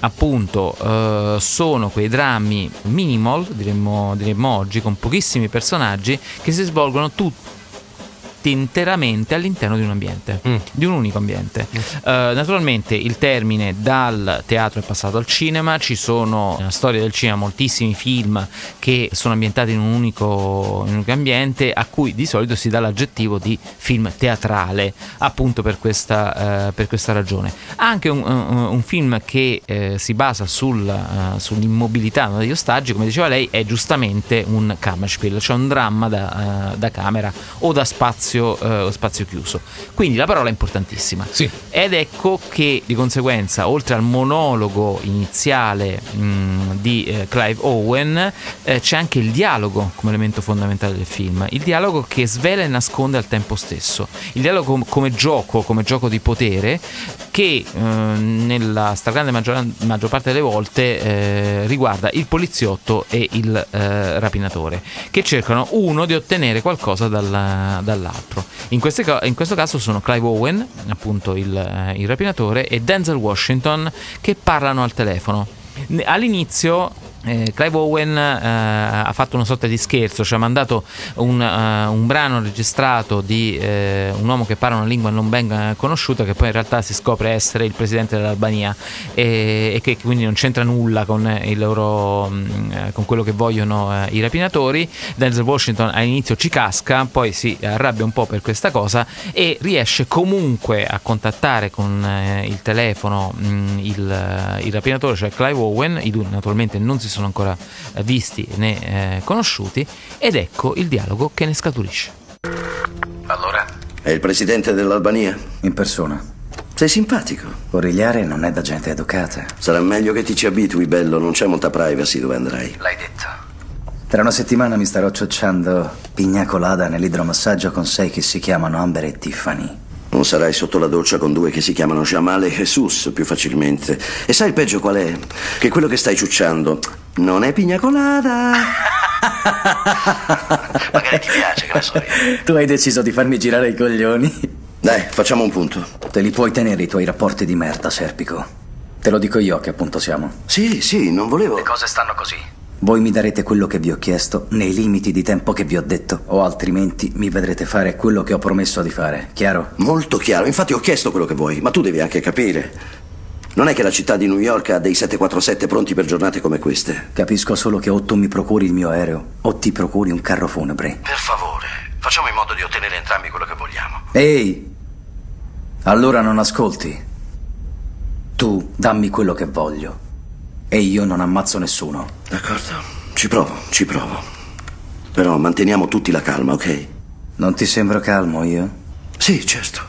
Appunto, sono quei drammi minimal, diremmo oggi, con pochissimi personaggi che si svolgono tutti interamente all'interno di un ambiente, di un unico ambiente. Naturalmente il termine dal teatro è passato al cinema, ci sono nella storia del cinema moltissimi film che sono ambientati in un unico ambiente, a cui di solito si dà l'aggettivo di film teatrale, appunto per questa ragione. Anche un film che si basa sull'immobilità degli ostaggi, come diceva lei, è giustamente un Kammerspiel, cioè un dramma da camera o da spazio chiuso. Quindi la parola è importantissima. Sì. Ed ecco che di conseguenza, oltre al monologo iniziale di Clive Owen, c'è anche il dialogo come elemento fondamentale del film. Il dialogo che svela e nasconde al tempo stesso. Il dialogo come gioco di potere che nella stragrande maggior parte delle volte riguarda il poliziotto e il rapinatore, che cercano uno di ottenere qualcosa dall'altro. In questo caso sono Clive Owen, appunto il rapinatore, e Denzel Washington che parlano al telefono. All'inizio Clive Owen ha fatto una sorta di scherzo, cioè ha mandato un brano registrato di un uomo che parla una lingua non ben conosciuta, che poi in realtà si scopre essere il presidente dell'Albania e che quindi non c'entra nulla con con quello che vogliono i rapinatori. Denzel Washington all'inizio ci casca, poi si arrabbia un po' per questa cosa e riesce comunque a contattare con il telefono il rapinatore, cioè Clive Owen. I due naturalmente non si sono ancora visti né conosciuti, ed ecco il dialogo che ne scaturisce. Allora? È il presidente dell'Albania? In persona. Sei simpatico. Origliare non è da gente educata. Sarà meglio che ti ci abitui, bello, non c'è molta privacy dove andrai. L'hai detto. Tra una settimana mi starò ciocciando pigna colada nell'idromassaggio con 6 che si chiamano Amber e Tiffany. Non sarai sotto la doccia con 2 che si chiamano Jamal e Jesus più facilmente. E sai il peggio qual è? Che quello che stai ciucciando non è pigna colada. Magari ti piace, che ne so io. Tu hai deciso di farmi girare i coglioni. Dai, facciamo un punto. Te li puoi tenere i tuoi rapporti di merda, Serpico. Te lo dico io a che punto siamo. Sì, non volevo. Le cose stanno così. Voi mi darete quello che vi ho chiesto nei limiti di tempo che vi ho detto, o altrimenti mi vedrete fare quello che ho promesso di fare. Chiaro? Molto chiaro. Infatti ho chiesto quello che vuoi, ma tu devi anche capire. Non è che la città di New York ha dei 747 pronti per giornate come queste. Capisco solo che o tu mi procuri il mio aereo o ti procuri un carro funebre. Per favore, facciamo in modo di ottenere entrambi quello che vogliamo. Ehi! Allora non ascolti. Tu dammi quello che voglio e io non ammazzo nessuno. D'accordo, ci provo. Però manteniamo tutti la calma, ok? Non ti sembro calmo io? Sì, certo.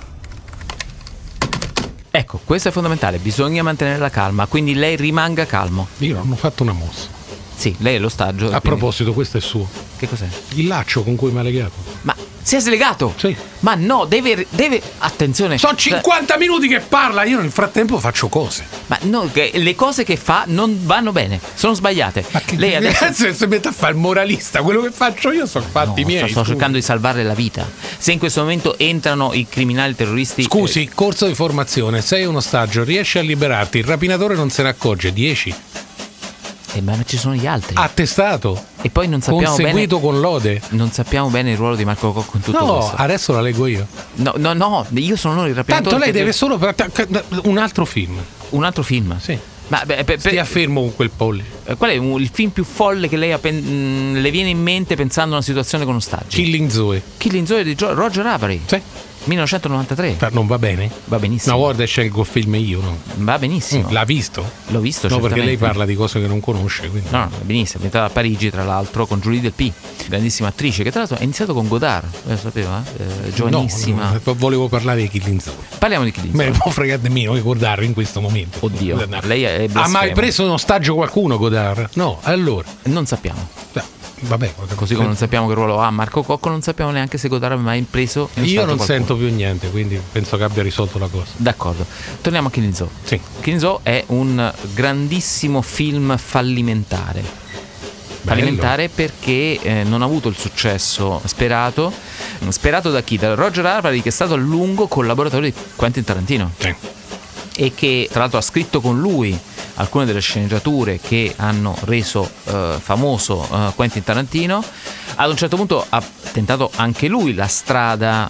Ecco, questo è fondamentale, bisogna mantenere la calma, quindi lei rimanga calmo. Io non ho fatto una mossa. Sì, lei è l'ostaggio. A proposito, questo è suo. Che cos'è? Il laccio con cui mi ha legato. Ma si è slegato? Sì. Ma no, deve... Attenzione. Sono 50 minuti che parla, io nel frattempo faccio cose. Ma no, le cose che fa non vanno bene, sono sbagliate. Ma che lei adesso si mette a fare il moralista, quello che faccio io sono fatti miei. Sto cercando di salvarle la vita. Se in questo momento entrano i criminali terroristi... Scusi, corso di formazione, sei un ostaggio, riesci a liberarti, il rapinatore non se ne accorge, 10. Ma ci sono gli altri. Attestato. E poi non sappiamo conseguito bene, con lode. Non sappiamo bene il ruolo di Marco Cocco in tutto questo. No, adesso la leggo io. No, io sono il rapinatore. Tanto lei deve solo un altro film. Un altro film? Sì. Ma ti affermo con quel pollice. Qual è il film più folle che lei le viene in mente pensando a una situazione con ostaggi? Killing Zoe. Killing Zoe di Roger Avary. Sì. 1993. Non va bene? Va benissimo. No, guarda, scelgo il film io, no? Va benissimo. L'ha visto? L'ho visto, no, certamente. Perché lei parla di cose che non conosce, quindi. No, va benissimo. È ambientata a Parigi, tra l'altro, con Julie Delpy, grandissima attrice, che tra l'altro ha iniziato con Godard, lo sapeva? Giovanissima. No, volevo parlare di Killing Zoe. Parliamo di Killing Zoe. Me ne può fregare nemmeno di Godard in questo momento. Oddio, lei è blasfemo. Ha mai preso in ostaggio qualcuno Godard? No, allora. Non sappiamo. Vabbè, così come non sappiamo che ruolo ha Marco Cocco, non sappiamo neanche se Godard ha mai preso. Io non sento più niente, quindi penso che abbia risolto la cosa. D'accordo. Torniamo a Killing Zoe. Sì. Killing Zoe è un grandissimo film fallimentare. Fallimentare perché non ha avuto il successo sperato. Sperato da chi? Da Roger Avary, che è stato a lungo collaboratore di Quentin Tarantino. Sì. E che tra l'altro ha scritto con lui alcune delle sceneggiature che hanno reso famoso Quentin Tarantino. Ad un certo punto ha tentato anche lui la strada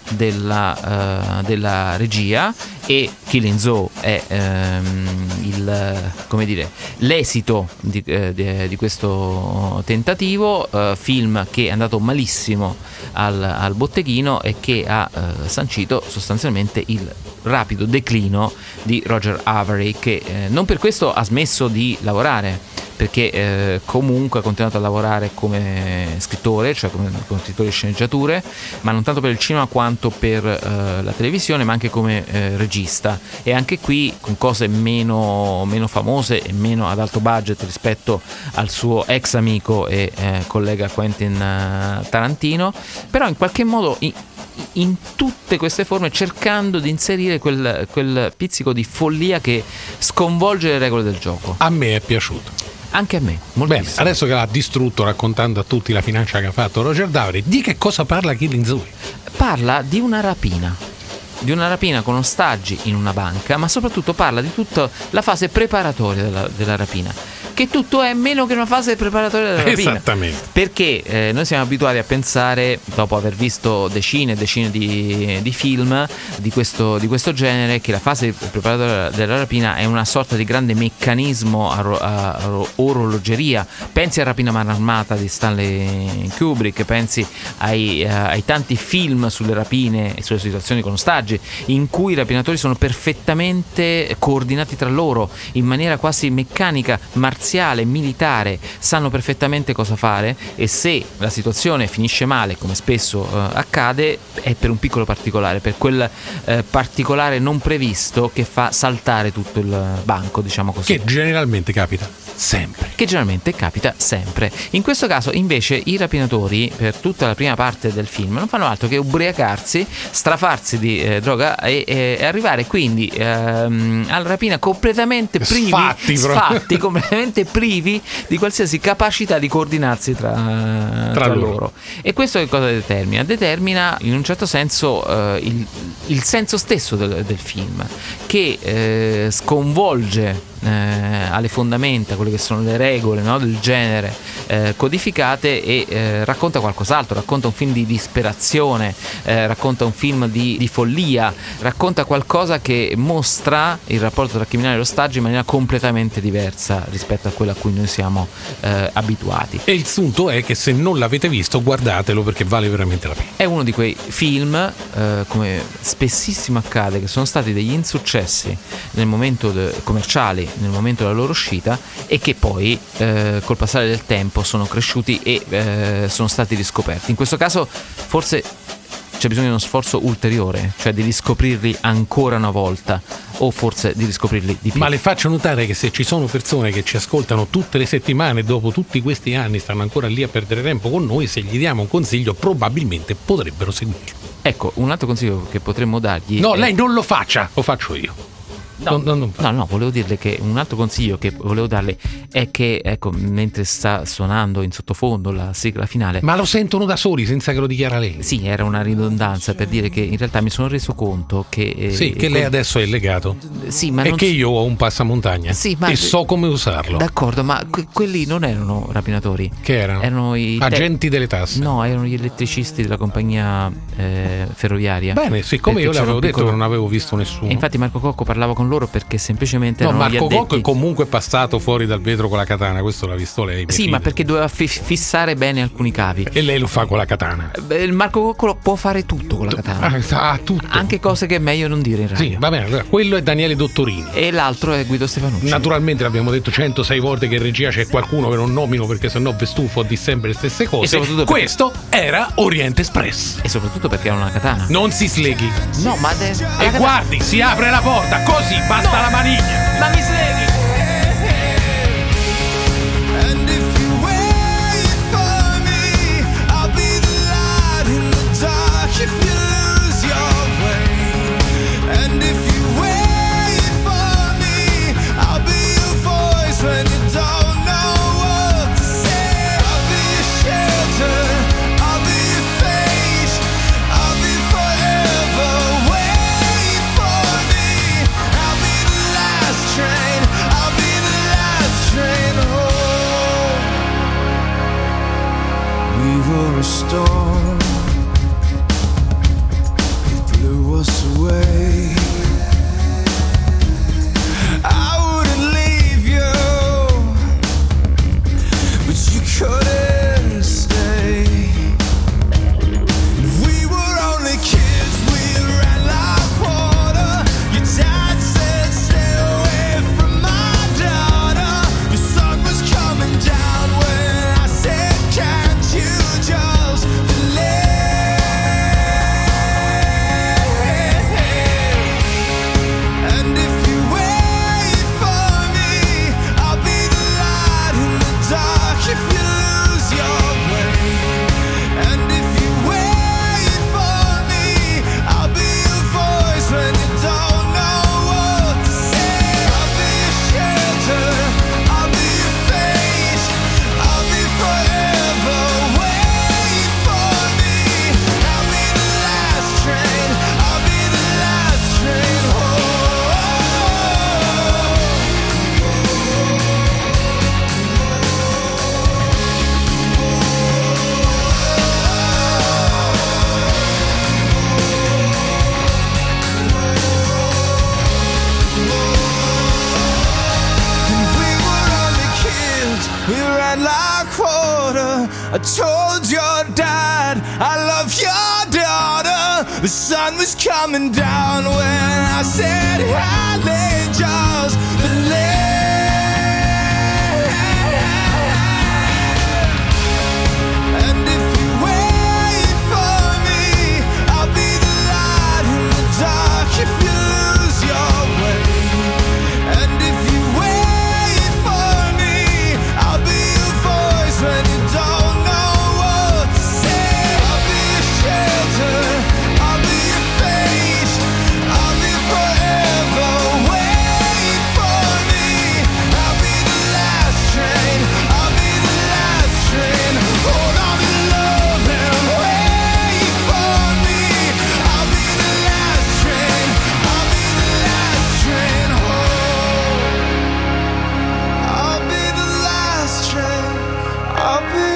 della regia, e Killing Zoe è l'esito di questo tentativo, film che è andato malissimo al botteghino e che ha sancito sostanzialmente il rapido declino di Roger Avary, che non per questo ha smesso di lavorare, perché comunque ha continuato a lavorare come scrittore, cioè come scrittore di sceneggiature, ma non tanto per il cinema quanto per la televisione, ma anche come regista, e anche qui con cose meno famose e meno ad alto budget rispetto al suo ex amico e collega Quentin Tarantino, però in qualche modo in tutte queste forme cercando di inserire quel pizzico di follia che sconvolge le regole del gioco. A me è piaciuto. Anche a me, moltissimo. Bene, adesso che l'ha distrutto raccontando a tutti la financia che ha fatto Roger Avary, di che cosa parla Killing Zoe? Parla di una rapina con ostaggi in una banca, ma soprattutto parla di tutta la fase preparatoria della rapina, che tutto è meno che una fase preparatoria della rapina. Esattamente. Perché noi siamo abituati a pensare, dopo aver visto decine e decine di film di questo genere, che la fase preparatoria della rapina è una sorta di grande meccanismo a orologeria. Pensi a Rapina Man Armata di Stanley Kubrick, pensi ai tanti film sulle rapine e sulle situazioni con ostaggi, in cui i rapinatori sono perfettamente coordinati tra loro in maniera quasi meccanica, marziale, militare, sanno perfettamente cosa fare, e se la situazione finisce male, come spesso accade, è per un piccolo particolare, per quel particolare non previsto che fa saltare tutto il banco, diciamo così. Che generalmente capita sempre. In questo caso invece i rapinatori per tutta la prima parte del film non fanno altro che ubriacarsi, strafarsi di droga e arrivare quindi alla rapina completamente sfatti, completamente privi di qualsiasi capacità di coordinarsi tra loro. E questo che cosa determina? Determina in un certo senso il senso stesso del film, che sconvolge alle fondamenta quelle che sono le regole, no, del genere codificate e racconta qualcos'altro, racconta un film di disperazione, racconta un film di follia, racconta qualcosa che mostra il rapporto tra criminale e ostaggio in maniera completamente diversa rispetto a quella a cui noi siamo abituati. E il sunto è che se non l'avete visto, guardatelo, perché vale veramente la pena. È uno di quei film, come spessissimo accade, che sono stati degli insuccessi nel momento commerciali, nel momento della loro uscita, e che poi col passare del tempo sono cresciuti e sono stati riscoperti. In questo caso forse c'è bisogno di uno sforzo ulteriore, cioè di riscoprirli ancora una volta, o forse di riscoprirli di più. Ma le faccio notare che se ci sono persone che ci ascoltano tutte le settimane, dopo tutti questi anni stanno ancora lì a perdere tempo con noi, se gli diamo un consiglio probabilmente potrebbero seguirlo. Ecco, un altro consiglio che potremmo dargli... No, lei non lo faccia, lo faccio io. No, volevo dirle che un altro consiglio che volevo darle è che, ecco, mentre sta suonando in sottofondo la sigla finale... Ma lo sentono da soli senza che lo dichiara lei? Sì, era una ridondanza per dire che in realtà mi sono reso conto che... Sì, che lei adesso è legato. Sì, ma e che io ho un passamontagna. Sì, ma... e so come usarlo. D'accordo, ma quelli non erano rapinatori. Che erano? Erano i... agenti delle tasse. No, erano gli elettricisti della compagnia ferroviaria. Bene, siccome io le avevo detto che non avevo visto nessuno. E infatti Marco Cocco parlava con loro perché semplicemente erano Marco gli addetti. Cocco è comunque passato fuori dal vetro con la katana, questo l'ha visto lei. Sì, ma perché doveva fissare bene alcuni cavi. E lei lo fa con la katana. Il Marco Cocco può fare tutto con la katana. Tutto. Anche cose che è meglio non dire in radio. Sì, va bene, quello è Daniele Dottorini. E l'altro è Guido Stefanucci. Naturalmente l'abbiamo detto 106 volte che in regia c'è qualcuno che non nomino perché sennò vi stufo di sempre le stesse cose. Questo era Oriente Express. E soprattutto perché era una katana. Non si sleghi. No, ma e guardi, si apre la porta, così basta la maniglia. Ma mi sleghi. A storm, it blew us away. I wouldn't leave you, but you couldn't stay. We were only kids, we ran like water. Your dad said stay away from my daughter. The sun was coming down when I said can't you just believe? And if you wait for me, I'll be the light in the dark if you lose your way. And if you wait for me, I'll be your voice when you don't know what to say. I'll be your shelter, I'll be your face, I'll be forever. Wait for me, I'll be the last train, I'll be the last train home. And we were only kids, we ran like water. I told your dad I love your daughter. The sun was coming down when I said Hallie, just believe. And if you wait for me, I'll be the light in the dark if you lose your way. And if you wait for me, I'll be your voice when you don't know what to say. I'll be your shelter, I'll be your face, I'll be forever. I'll be